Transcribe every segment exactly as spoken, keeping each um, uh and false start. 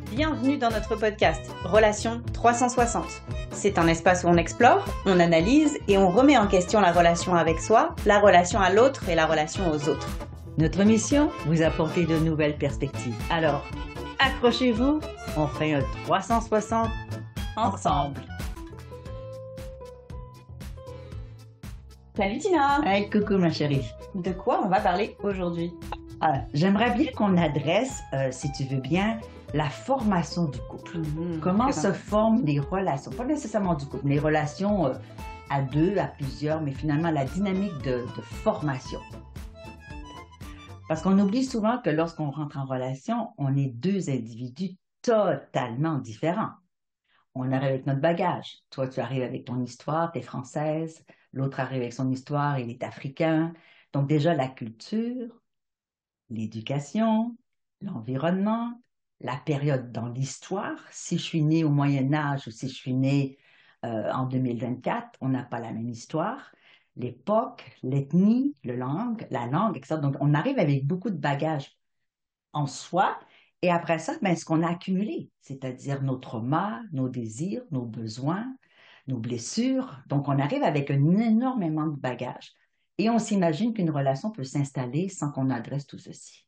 Bienvenue dans notre podcast Relations trois cent soixante. C'est un espace où on explore, on analyse et on remet en question la relation avec soi, la relation à l'autre et la relation aux autres. Notre mission, vous apporter de nouvelles perspectives. Alors, accrochez-vous, on fait un trois cent soixante ensemble. Salut Tina! Hey, coucou ma chérie. De quoi on va parler aujourd'hui? Alors, j'aimerais bien qu'on adresse, euh, si tu veux bien, la formation du couple. Mmh, Comment se forment les relations, pas nécessairement du couple, les relations euh, à deux, à plusieurs, mais finalement la dynamique de, de formation. Parce qu'on oublie souvent que lorsqu'on rentre en relation, on est deux individus totalement différents. On arrive avec notre bagage. Toi, tu arrives avec ton histoire, tu es française. L'autre arrive avec son histoire, il est africain. Donc déjà, la culture, l'éducation, l'environnement, la période dans l'histoire. Si je suis née au Moyen Âge ou si je suis née euh, en deux mille vingt-quatre, on n'a pas la même histoire. L'époque, l'ethnie, le langue, la langue, et cetera. Donc, on arrive avec beaucoup de bagages en soi. Et après ça, ben, ce qu'on a accumulé, c'est-à-dire nos traumas, nos désirs, nos besoins, nos blessures. Donc, on arrive avec un énormément de bagages. Et on s'imagine qu'une relation peut s'installer sans qu'on adresse tout ceci.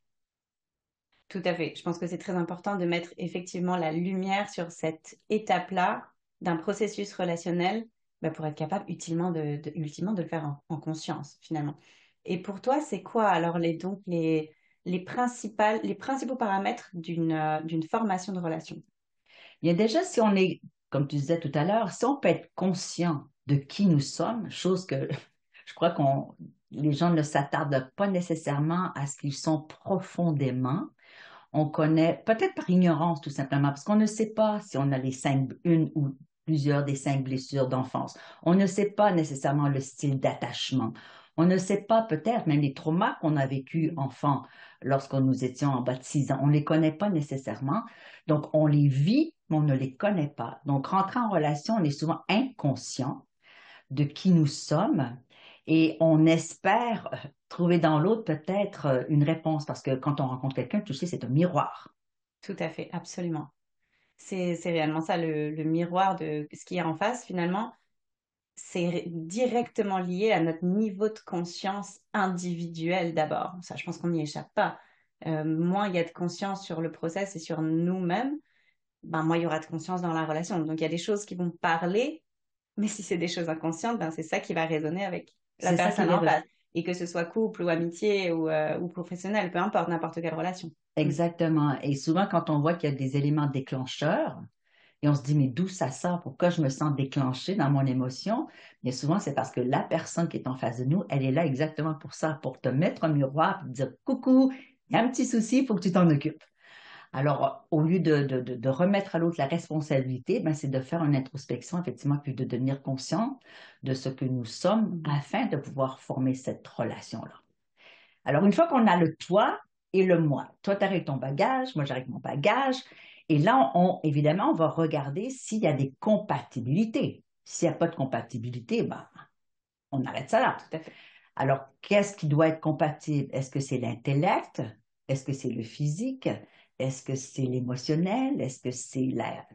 Tout à fait. Je pense que c'est très important de mettre effectivement la lumière sur cette étape-là d'un processus relationnel bah, pour être capable utilement de, de, ultimement de le faire en, en conscience finalement. Et pour toi, c'est quoi alors les, donc les, les, principales, les principaux paramètres d'une euh, d'une formation de relation? Il y a déjà, si on est, comme tu disais tout à l'heure, si on peut être conscient de qui nous sommes, chose que je crois qu'on les gens ne s'attardent pas nécessairement à ce qu'ils sont profondément. On connaît, peut-être par ignorance tout simplement, parce qu'on ne sait pas si on a les cinq, une ou plusieurs des cinq blessures d'enfance. On ne sait pas nécessairement le style d'attachement. On ne sait pas peut-être même les traumas qu'on a vécu enfant lorsque nous étions en bas de six ans. On ne les connaît pas nécessairement. Donc, on les vit, mais on ne les connaît pas. Donc, rentrer en relation, on est souvent inconscient de qui nous sommes et on espère euh, trouver dans l'autre peut-être euh, une réponse parce que quand on rencontre quelqu'un, tu sais, c'est un miroir. Tout à fait, absolument. C'est, c'est réellement ça, le, le miroir de ce qui est en face finalement. C'est directement lié à notre niveau de conscience individuel d'abord. Ça, je pense qu'on n'y échappe pas. Euh, moins il y a de conscience sur le process et sur nous-mêmes, ben, moins il y aura de conscience dans la relation. Donc, il y a des choses qui vont parler, mais si c'est des choses inconscientes, ben, c'est ça qui va résonner avec la C'est ça qui personne en est face. Et que ce soit couple ou amitié ou, euh, ou professionnel, peu importe, n'importe quelle relation. Mm. exactement. Et souvent, quand on voit qu'il y a des éléments déclencheurs, et on se dit, mais d'où ça sort? Pourquoi je me sens déclenchée dans mon émotion? Mais souvent, c'est parce que la personne qui est en face de nous, elle est là exactement pour ça, pour te mettre un miroir, pour te dire, coucou, il y a un petit souci, il faut que tu t'en occupes. Alors, au lieu de, de, de- de remettre à l'autre la responsabilité, ben, c'est de faire une introspection, effectivement, puis de devenir conscient de ce que nous sommes Mm. afin de pouvoir former cette relation-là. Alors, une fois qu'on a le toi et le moi, toi, tu avec ton bagage, moi, j'arrive avec mon bagage, et là, on, évidemment, on va regarder s'il y a des compatibilités. S'il n'y a pas de compatibilité, ben, on arrête ça là. Tout à fait. Alors, qu'est-ce qui doit être compatible? Est-ce que c'est l'intellect? Est-ce que c'est le physique? Est-ce que c'est l'émotionnel? Est-ce que c'est la...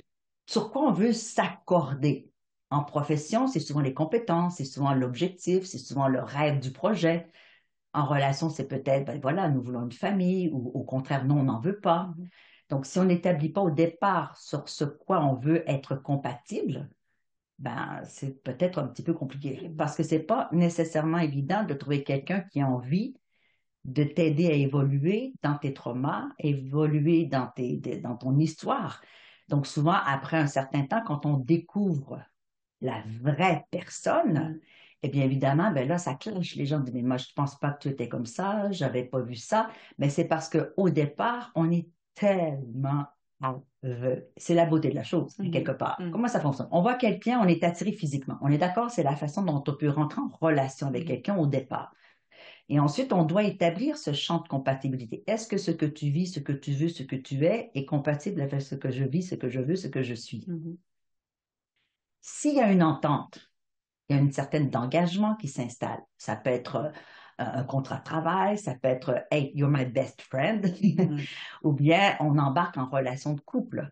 Sur quoi on veut s'accorder? En profession, c'est souvent les compétences, c'est souvent l'objectif, c'est souvent le rêve du projet. En relation, c'est peut-être, ben voilà, nous voulons une famille, ou au contraire, non, on n'en veut pas. Mhm. Donc, si on n'établit pas au départ sur ce quoi on veut être compatible, ben, c'est peut-être un petit peu compliqué parce que c'est pas nécessairement évident de trouver quelqu'un qui a envie de t'aider à évoluer dans tes traumas, évoluer dans tes, dans ton histoire. Donc, souvent, après un certain temps, quand on découvre la vraie personne, Mm. eh bien, évidemment, ben là, ça cloche. Les gens disent, mais moi, je ne pense pas que tu étais comme ça, j'avais pas vu ça. Mais c'est parce qu'au départ, on est tellement aveugle. C'est la beauté de la chose, hein, quelque Mhm. part. Mm. Comment ça fonctionne? On voit quelqu'un, on est attiré physiquement. On est d'accord, c'est la façon dont on peut rentrer en relation avec Mhm. quelqu'un au départ. Et ensuite, on doit établir ce champ de compatibilité. Est-ce que ce que tu vis, ce que tu veux, ce que tu es, est compatible avec ce que je vis, ce que je veux, ce que je suis? Mhm. S'il y a une entente, il y a une certaine engagement qui s'installe. Ça peut être un, un contrat de travail, ça peut être Hey, you're my best friend, Mhm. ou bien on embarque en relation de couple.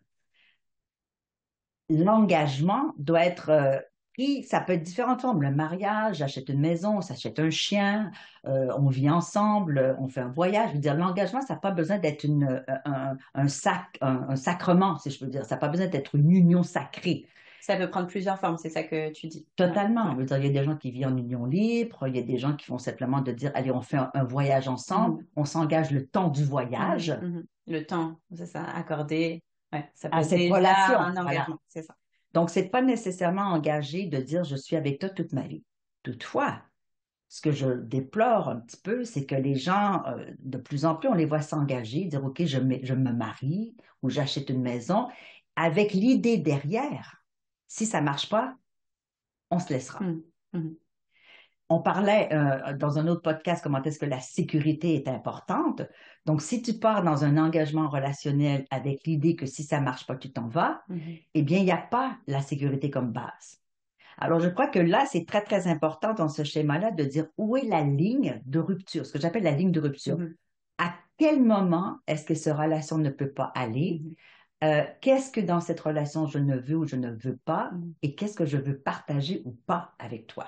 L'engagement doit être euh, pris, ça peut être différentes formes. Le mariage, j'achète une maison, on s'achète un chien, euh, on vit ensemble, euh, on fait un voyage. Je veux dire, l'engagement, ça n'a pas besoin d'être une, euh, un, un sac, un, un sacrement, si je veux dire. Ça n'a pas besoin d'être une union sacrée. Ça peut prendre plusieurs formes, c'est ça que tu dis. Ouais, Totalement. Je ouais. veux dire, il y a des gens qui vivent en union libre, il y a des gens qui font simplement de dire, allez, on fait un, un voyage ensemble, Mhm. on s'engage le temps du Mhm. voyage Mhm. Le temps, c'est ça, accordé. Ouais, ça peut à être cette déjà relation. un Voilà. engagement, c'est ça. Donc, c'est pas nécessairement engagé de dire je suis avec toi toute ma vie. Toutefois, ce que je déplore un petit peu, c'est que les gens, euh, de plus en plus, on les voit s'engager, dire OK, je me, je me marie ou j'achète une maison, avec l'idée derrière, si ça marche pas, on se laissera. Mhm. Mhm. On parlait euh, dans un autre podcast comment est-ce que la sécurité est importante. Donc, si tu pars dans un engagement relationnel avec l'idée que si ça marche pas, tu t'en vas, Mhm. eh bien, il n'y a pas la sécurité comme base. Alors, je crois que là, c'est très, très important dans ce schéma-là de dire où est la ligne de rupture, ce que j'appelle la ligne de rupture. Mhm. À quel moment est-ce que cette relation ne peut pas aller? Mhm. Euh, qu'est-ce que dans cette relation je ne veux ou je ne veux pas? Mhm. Et qu'est-ce que je veux partager ou pas avec toi?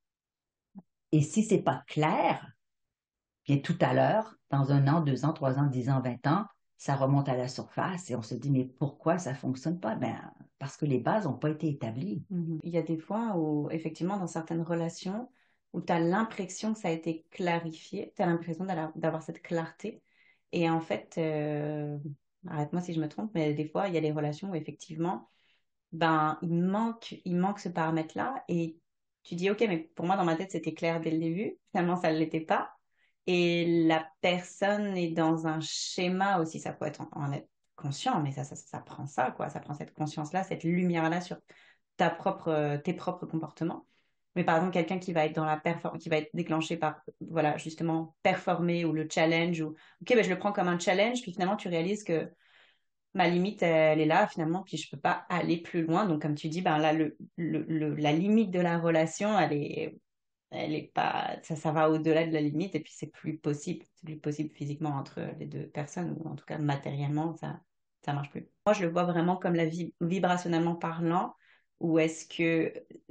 Et si c'est pas clair, bien tout à l'heure, dans un an, deux ans, trois ans, dix ans, vingt ans, ça remonte à la surface et on se dit, mais pourquoi ça fonctionne pas? Ben, parce que les bases n'ont pas été établies. Mhm. Il y a des fois où, effectivement, dans certaines relations, où tu as l'impression que ça a été clarifié, tu as l'impression d'avoir d'avoir cette clarté. Et en fait, euh, arrête-moi si je me trompe, mais des fois, il y a des relations où, effectivement, ben, il manque, il manque ce paramètre-là. Et tu dis, OK, mais pour moi, dans ma tête, c'était clair dès le début. Finalement, ça ne l'était pas. Et la personne est dans un schéma aussi, ça peut être en, en être conscient, mais ça, ça, ça prend ça, quoi. Ça prend cette conscience-là, cette lumière-là sur ta propre, euh, tes propres comportements. Mais par exemple, quelqu'un qui va être dans la performance, qui va être déclenché par, voilà, justement, performer ou le challenge, ou, OK, ben, je le prends comme un challenge, puis finalement, tu réalises que ma limite, elle est là, finalement, puis je peux pas aller plus loin. Donc, comme tu dis, ben là, le, le, le- la limite de la relation, elle est, elle est pas, ça, ça va au-delà de la limite, et puis c'est plus possible. C'est plus possible physiquement entre les deux personnes, ou en tout cas matériellement, ça, ça marche plus. Moi, je le vois vraiment comme la vie, vibrationnellement parlant, où est-ce que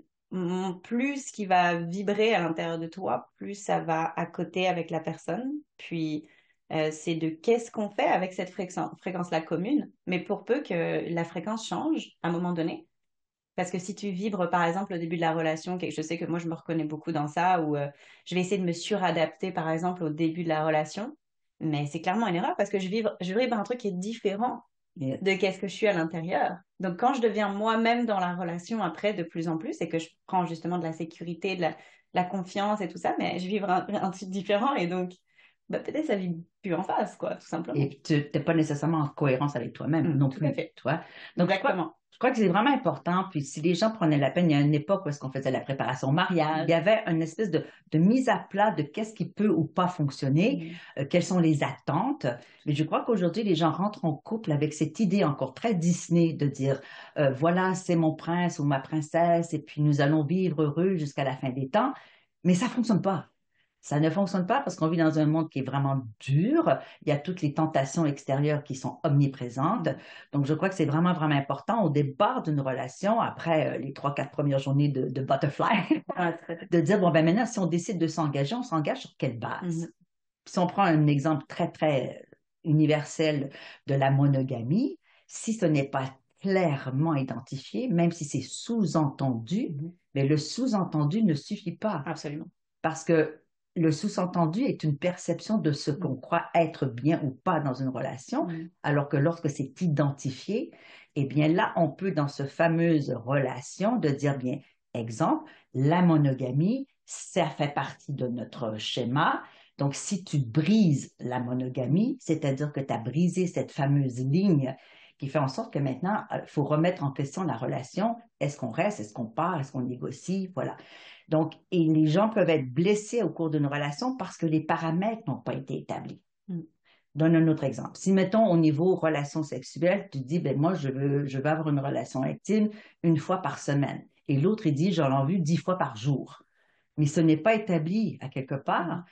mm, plus ce qui va vibrer à l'intérieur de toi, plus ça va accoter avec la personne. Puis, euh, c'est de qu'est-ce qu'on fait avec cette fréquence, fréquence-là commune. Mais pour peu que la fréquence change à un moment donné, parce que si tu vibres, par exemple, au début de la relation, que je sais que moi, je me reconnais beaucoup dans ça, où euh, je vais essayer de me suradapter, par exemple, au début de la relation, mais c'est clairement une erreur parce que je vibre, je vibre un truc qui est différent de Yes. qu'est-ce que je suis à l'intérieur. Donc, quand je deviens moi-même dans la relation après, de plus en plus, et que je prends justement de la sécurité, de la, de la confiance et tout ça, mais je vivre un, un truc différent et donc, bah, peut-être ça vibre plus en face, quoi, tout simplement. Et tu n'es pas nécessairement en cohérence avec toi-même Mm, non tout à plus, fait. toi. Donc, je crois, Exactement. je crois que c'est vraiment important. Puis, si les gens prenaient la peine, il y a une époque où est-ce qu'on faisait la préparation au mariage, il y avait une espèce de, de mise à plat de qu'est-ce qui peut ou pas fonctionner, Mm, euh, quelles sont les attentes. Mais je crois qu'aujourd'hui, les gens rentrent en couple avec cette idée encore très Disney de dire, euh, voilà, c'est mon prince ou ma princesse, et puis nous allons vivre heureux jusqu'à la fin des temps. Mais ça fonctionne pas. Ça ne fonctionne pas parce qu'on vit dans un monde qui est vraiment dur. Il y a toutes les tentations extérieures qui sont omniprésentes. mm. Donc, je crois que c'est vraiment, vraiment important au départ d'une relation, après euh, les trois, quatre premières journées de, de butterfly, Ah, tout à fait. de dire, bon, ben maintenant, si on décide de s'engager, on s'engage sur quelle Mhm, base? Puis si on prend un exemple très, très universel de la monogamie, si ce n'est pas clairement identifié, même si c'est sous-entendu, mhm. mais le sous-entendu ne suffit pas Absolument. parce que le sous-entendu est une perception de ce Mm, qu'on croit être bien ou pas dans une relation, mm, alors que lorsque c'est identifié, eh bien là, on peut, dans ce fameuse relation, de dire, bien, exemple, la monogamie, ça fait partie de notre schéma. Donc, si tu brises la monogamie, c'est-à-dire que tu as brisé cette fameuse ligne qui fait en sorte que maintenant, il faut remettre en question la relation. Est-ce qu'on reste? Est-ce qu'on part? Est-ce qu'on négocie? Voilà. Donc, et les gens peuvent être blessés au cours d'une relation parce que les paramètres n'ont pas été établis. mm, Donne un autre exemple. Si, mettons, au niveau relation sexuelle, tu dis, ben moi, je veux, je veux avoir une relation intime une fois par semaine. Et l'autre, il dit, j'en ai vu dix fois par jour. Mais ce n'est pas établi à quelque mm, part.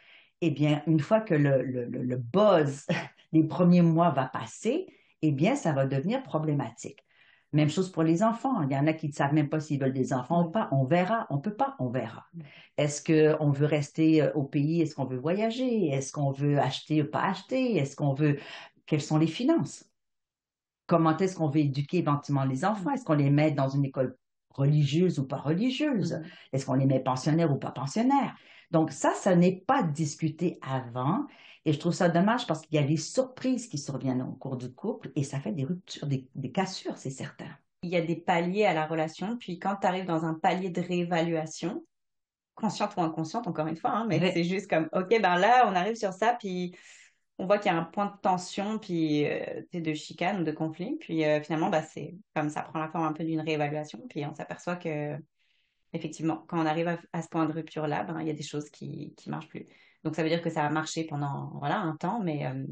eh bien, une fois que le, le, le, le buzz des premiers mois va passer, eh bien, ça va devenir problématique. Même chose pour les enfants. Il y en a qui ne savent même pas s'ils veulent des enfants ou Ouais. pas. On verra. On ne peut pas, on verra. Est-ce qu'on veut rester euh, au pays? Est-ce qu'on veut voyager? Est-ce qu'on veut acheter ou pas acheter? Est-ce qu'on veut... Quelles sont les finances? Comment est-ce qu'on veut éduquer éventuellement les enfants? Est-ce qu'on les met dans une école religieuse ou pas religieuse? Mhm. Est-ce qu'on les met pensionnaires ou pas pensionnaires? Donc ça, ça n'est pas discuté avant et je trouve ça dommage parce qu'il y a des surprises qui surviennent au cours du couple et ça fait des ruptures, des, des cassures, c'est certain. Il y a des paliers à la relation, puis quand tu arrives dans un palier de réévaluation, consciente ou inconsciente, encore une fois, hein, mais Oui. c'est juste comme, OK, ben là, on arrive sur ça, puis on voit qu'il y a un point de tension, puis euh, de chicane ou de conflit, puis euh, finalement, bah, c'est comme ça prend la forme un peu d'une réévaluation, puis on s'aperçoit que, effectivement, quand on arrive à, à ce point de rupture-là, ben, il y a des choses qui qui marchent plus. Donc, ça veut dire que ça a marché pendant, voilà, un temps, mais euh,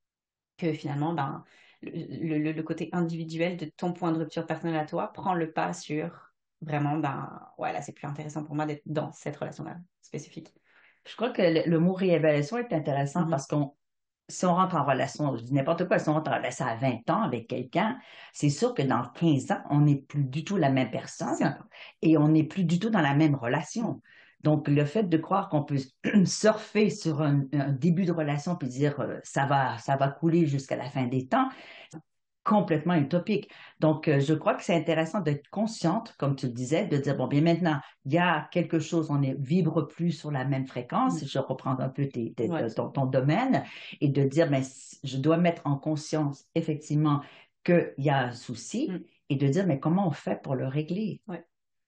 que finalement, ben, le, le, le côté individuel de ton point de rupture personnel à toi prend le pas sur vraiment, ben, ouais, là, c'est plus intéressant pour moi d'être dans cette relation-là spécifique. Je crois que le, le mot réévaluation est intéressant Mhm. parce qu'on si on rentre en relation, je dis n'importe quoi, si on rentre en relation à vingt ans avec quelqu'un, c'est sûr que dans quinze ans, on n'est plus du tout la même personne Certain. et on n'est plus du tout dans la même Mhm. relation. Donc, le fait de croire qu'on peut surfer sur un, un début de relation puis dire euh, ça va, ça va couler jusqu'à la fin des temps, complètement utopique. Donc, euh, je crois que c'est intéressant d'être consciente, comme tu le disais, de dire, bon, bien maintenant, il y a quelque chose, on ne vibre plus sur la même fréquence, Mhm. je reprends un peu tes, tes- Ouais, ton, ton domaine, et de dire, mais je dois mettre en conscience, effectivement, qu'il y a un souci, Mhm. et de dire, mais comment on fait pour le régler? Ouais,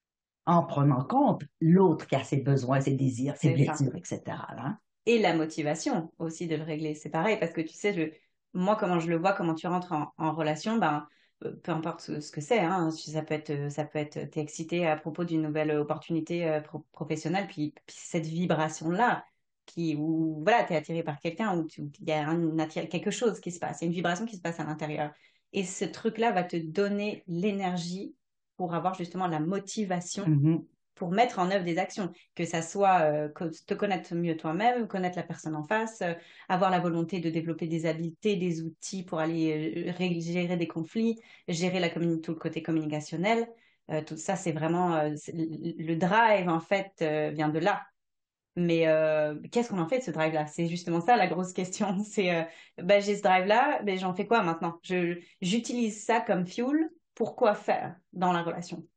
En prenant compte l'autre qui a ses besoins, ses désirs, ses c'est ça. blessures, et cetera là. Et la motivation aussi de le régler, c'est pareil, parce que tu sais, je, moi, comment je le vois, comment tu rentres en, en relation, ben, euh, peu importe ce, ce que c'est, hein, si ça peut être, euh, ça peut être, t'es excité à propos d'une nouvelle opportunité euh, pro- professionnelle, puis, puis cette vibration-là, qui, où, voilà, t'es attiré par quelqu'un, où tu- où il y a un, attir- quelque chose qui se passe, il y a une vibration qui se passe à l'intérieur. Et ce truc-là va te donner l'énergie pour avoir justement la motivation Mhm. pour mettre en œuvre des actions, que ça soit euh, te connaître mieux toi-même, connaître la personne en face, euh, avoir la volonté de développer des habiletés, des outils pour aller euh, gérer des conflits, gérer la communi- tout le côté communicationnel. Euh, tout ça, c'est vraiment euh, c'est- le drive en fait euh, vient de là. Mais euh, qu'est-ce qu'on en fait de ce drive-là? C'est justement ça la grosse question. C'est euh, ben, j'ai ce drive-là, ben, j'en fais quoi maintenant? Je, j'utilise ça comme fuel. Pourquoi faire dans la relation?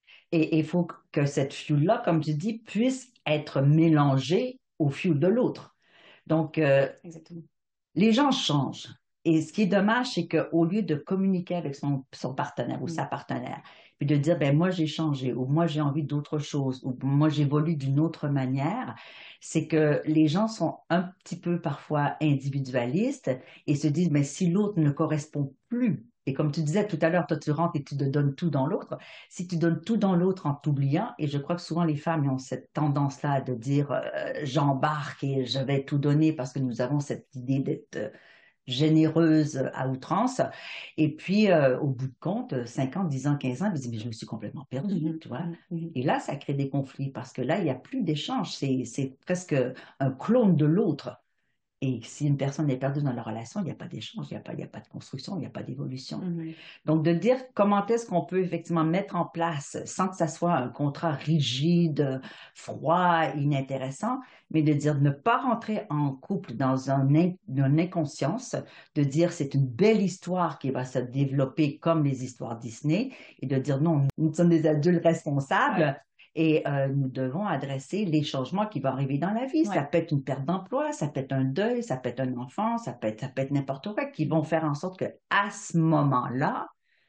Et il faut que cette fuel-là, comme tu dis, puisse être mélangée au fuel de l'autre. Donc, euh, Exactement. les gens changent. Et ce qui est dommage, c'est qu'au lieu de communiquer avec son, son partenaire ou sa Mm. partenaire, puis de dire, ben moi j'ai changé, ou moi j'ai envie d'autre chose, ou moi j'évolue d'une autre manière, c'est que les gens sont un petit peu parfois individualistes et se disent, mais si l'autre ne correspond plus, et comme tu disais tout à l'heure, toi tu rentres et tu te donnes tout dans l'autre, si tu donnes tout dans l'autre en t'oubliant, et je crois que souvent les femmes ont cette tendance-là de dire, euh, j'embarque et je vais tout donner parce que nous avons cette idée d'être euh, généreuse à outrance. Et puis, euh, au bout de compte, cinq ans, dix ans, quinze ans, je me dis, mais je me suis complètement perdue, Mhm. tu vois. Mhm. Mhm. Et là, ça crée des conflits parce que là, il n'y a plus d'échange. C'est, c'est presque un clone de l'autre. Et si une personne est perdue dans la relation, il n'y a pas d'échange, il n'y a pas, il n'y a pas de construction, il n'y a pas d'évolution. Mhm. Donc, de dire comment est-ce qu'on peut effectivement mettre en place, sans que ça soit un contrat rigide, froid, inintéressant, mais de dire ne pas rentrer en couple dans un, in- une inconscience, de dire c'est une belle histoire qui va se développer comme les histoires Disney, et de dire non, nous sommes des adultes Ouais, responsables. Et euh, nous devons adresser les changements qui vont arriver dans la vie. Ça ouais. peut être une perte d'emploi, ça peut être un deuil, ça peut être un enfant, ça peut être, ça peut être n'importe quoi, qui vont faire en sorte que à ce moment-là,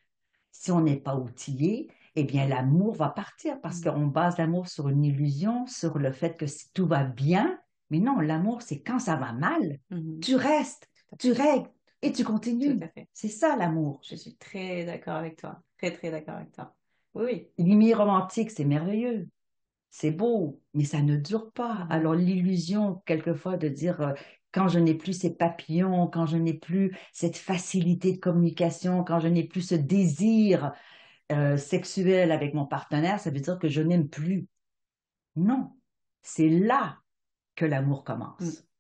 si on n'est pas outillé, eh bien, l'amour va partir parce Mhm. qu'on base l'amour sur une illusion, sur le fait que si tout va bien, mais non, l'amour, c'est quand ça va mal, Mhm. tu restes, Tout à tu fait, règles tout et à tu fait, tout continues. à fait. C'est ça l'amour. Je suis très d'accord avec toi. Très, très d'accord avec toi. Oui, oui. L'imi romantique, c'est merveilleux, c'est beau, mais ça ne dure pas. Mhm. Alors l'illusion, quelquefois, de dire euh, quand je n'ai plus ces papillons, quand je n'ai plus cette facilité de communication, quand je n'ai plus ce désir euh, sexuel avec mon partenaire, ça veut dire que je n'aime plus. Non, c'est là que l'amour Mm. commence.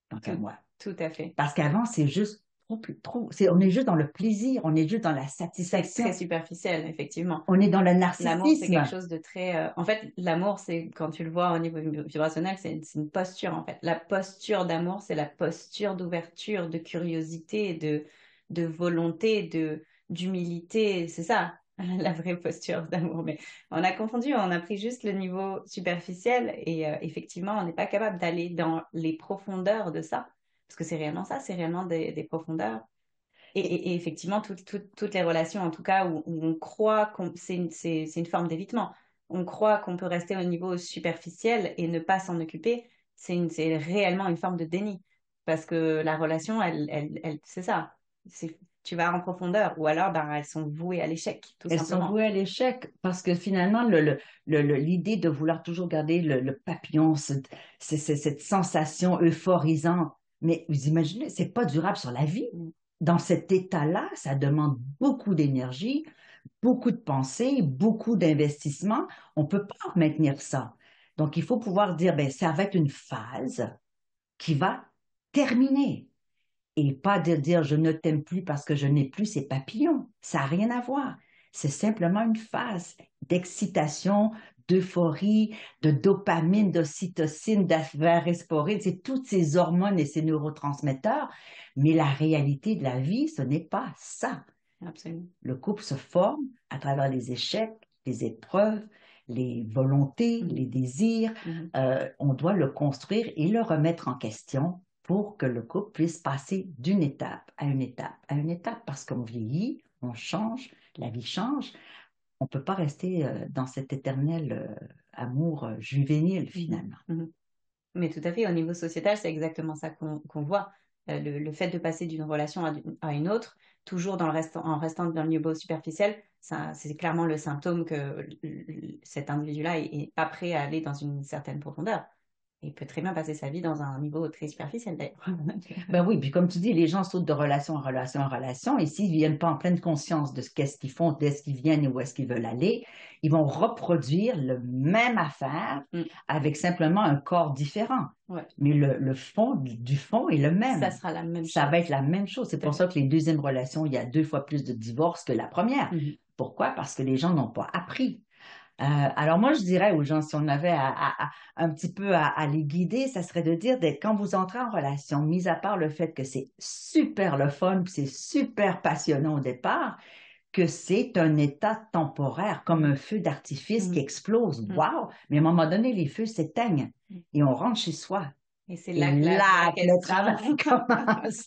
tant qu'à Tout, moi. tout à fait. Parce qu'avant, c'est juste trop, trop, c'est, on est juste dans le plaisir, on est juste dans la C'est satisfaction, très superficiel, effectivement. on est dans le L'amour, c'est quelque narcissisme. chose de très... euh, En fait, l'amour, c'est, quand tu le vois au niveau vibrationnel, c'est une, c'est une posture, en fait. La posture d'amour, c'est la posture d'ouverture, de curiosité, de, de volonté, de, d'humilité. C'est ça, la vraie posture d'amour. Mais on a confondu, on a pris juste le niveau superficiel et euh, effectivement, on n'est pas capable d'aller dans les profondeurs de ça. Parce que c'est réellement ça, c'est réellement des, des profondeurs. Et, Et, et- et effectivement, toutes toutes- toutes les relations, en tout cas, où, où on croit qu'on c'est une, c'est, c'est une forme d'évitement. On croit qu'on peut rester au niveau superficiel et ne pas s'en occuper. C'est une, c'est réellement une forme de déni. Parce que la relation, elle, elle, elle, c'est ça. C'est, tu vas en profondeur. Ou alors, ben, elles sont vouées à l'échec, tout elles sont simplement. vouées à l'échec parce que finalement, le, le, le- le- l'idée de vouloir toujours garder le, le papillon, c'est, c'est- c'est cette sensation euphorisante, mais vous imaginez, c'est pas durable sur la vie. Mm. Dans cet état-là, ça demande beaucoup d'énergie, beaucoup de pensée, beaucoup d'investissement. On peut pas maintenir ça. Donc, il faut pouvoir dire, ben, ça va être une phase qui va terminer. Et pas de dire je ne t'aime plus parce que je n'ai plus ces papillons. Ça n'a rien à voir. C'est simplement une phase d'excitation, d'euphorie, de dopamine, d'ocytocine, d'aphoresporine. C'est toutes ces hormones et ces neurotransmetteurs. Mais la réalité de la vie, ce n'est pas ça. Absolument. Le couple se forme à travers les échecs, les épreuves, les volontés, Mm. les désirs. Mhm. Euh, on doit le construire et le remettre en question pour que le couple puisse passer d'une étape à une étape à une étape parce qu'on vieillit, on change, la vie change. On ne peut pas rester euh, dans cet éternel euh, amour euh, juvénile Mhm. finalement. Mhm. Mais tout à fait, au niveau sociétal, c'est exactement ça qu'on qu'on voit. Euh, le, le fait de passer d'une relation à, à une autre, toujours dans le reste, en restant dans le niveau superficiel, ça, c'est clairement le symptôme que l- l- cet individu-là est, est pas prêt à aller dans une certaine profondeur. Il peut très bien passer sa vie dans un niveau très superficiel, d'ailleurs. Ben oui, puis comme tu dis, les gens sautent de relation en relation en relation, et s'ils ne viennent pas en pleine conscience de ce qu'est-ce qu'ils font, d'où est-ce qu'ils viennent et où est-ce qu'ils veulent aller, ils vont reproduire le même affaire Mm. avec simplement un corps différent. Ouais, Mais le, le fond du, du fond est le ça même. sera la même Ça chose. va être la même chose. C'est Tout à pour fait. ça que les deuxièmes relations, il y a deux fois plus de divorces que la première. Mhm. Pourquoi? Parce que les gens n'ont pas appris. Euh, alors moi, je dirais aux gens, si on avait à, à- à- un petit peu à, à les guider, ça serait de dire, dès- quand vous entrez en relation, mis à part le fait que c'est super le fun, puis c'est super passionnant au départ, que c'est un état temporaire, comme un feu d'artifice qui Mhm. explose. Mhm. Wow! Mais à un moment donné, les feux s'éteignent et on rentre chez soi. Et c'est Et là que la vraie là, que le question. travail commence.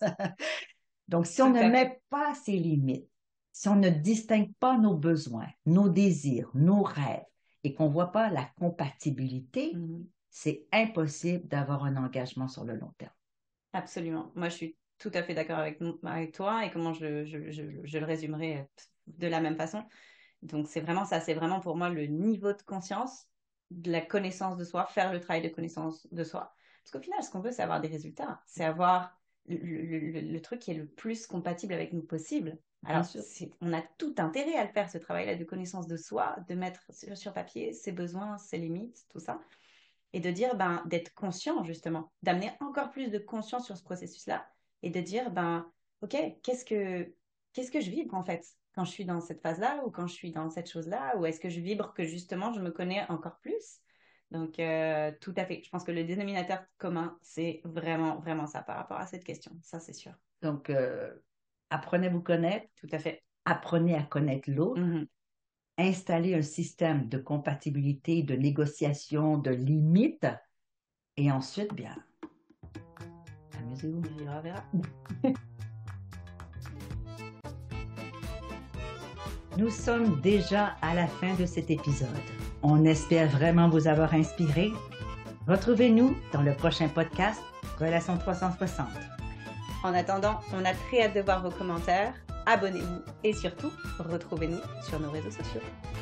Donc, si on Tout ne à fait. met pas ces limites, si on ne distingue pas nos besoins, nos désirs, nos rêves, et qu'on ne voit pas la compatibilité, Mhm. c'est impossible d'avoir un engagement sur le long terme. Absolument. Moi, je suis tout à fait d'accord avec, avec toi et comment je, je, je, je le résumerai de la même façon. Donc, c'est vraiment ça. C'est vraiment pour moi le niveau de conscience, de la connaissance de soi, faire le travail de connaissance de soi. Parce qu'au final, ce qu'on veut, c'est avoir des résultats. C'est avoir le, le, le, le truc qui est le plus compatible avec nous possible. Bien Alors, sûr. on a tout intérêt à le faire, ce travail-là de connaissance de soi, de mettre sur, sur papier ses besoins, ses limites, tout ça et de dire, ben, d'être conscient, justement, d'amener encore plus de conscience sur ce processus-là et de dire, ben, OK, qu'est-ce que, qu'est-ce que je vibre, en fait, quand je suis dans cette phase-là ou quand je suis dans cette chose-là, ou est-ce que je vibre que, justement, je me connais encore plus? Donc, euh, tout à fait. Je pense que le dénominateur commun, c'est vraiment, vraiment ça par rapport à cette question. Ça, c'est sûr. Donc, euh, apprenez à vous connaître, Tout à fait. apprenez à connaître l'autre, Mhm. installez un système de compatibilité, de négociation, de limites, et ensuite, bien, amusez-vous. On verra, verra. Nous sommes déjà à la fin de cet épisode. On espère vraiment vous avoir inspiré. Retrouvez-nous dans le prochain podcast Relation trois cent soixante. En attendant, on a très hâte de voir vos commentaires. Abonnez-vous et surtout, retrouvez-nous sur nos réseaux sociaux.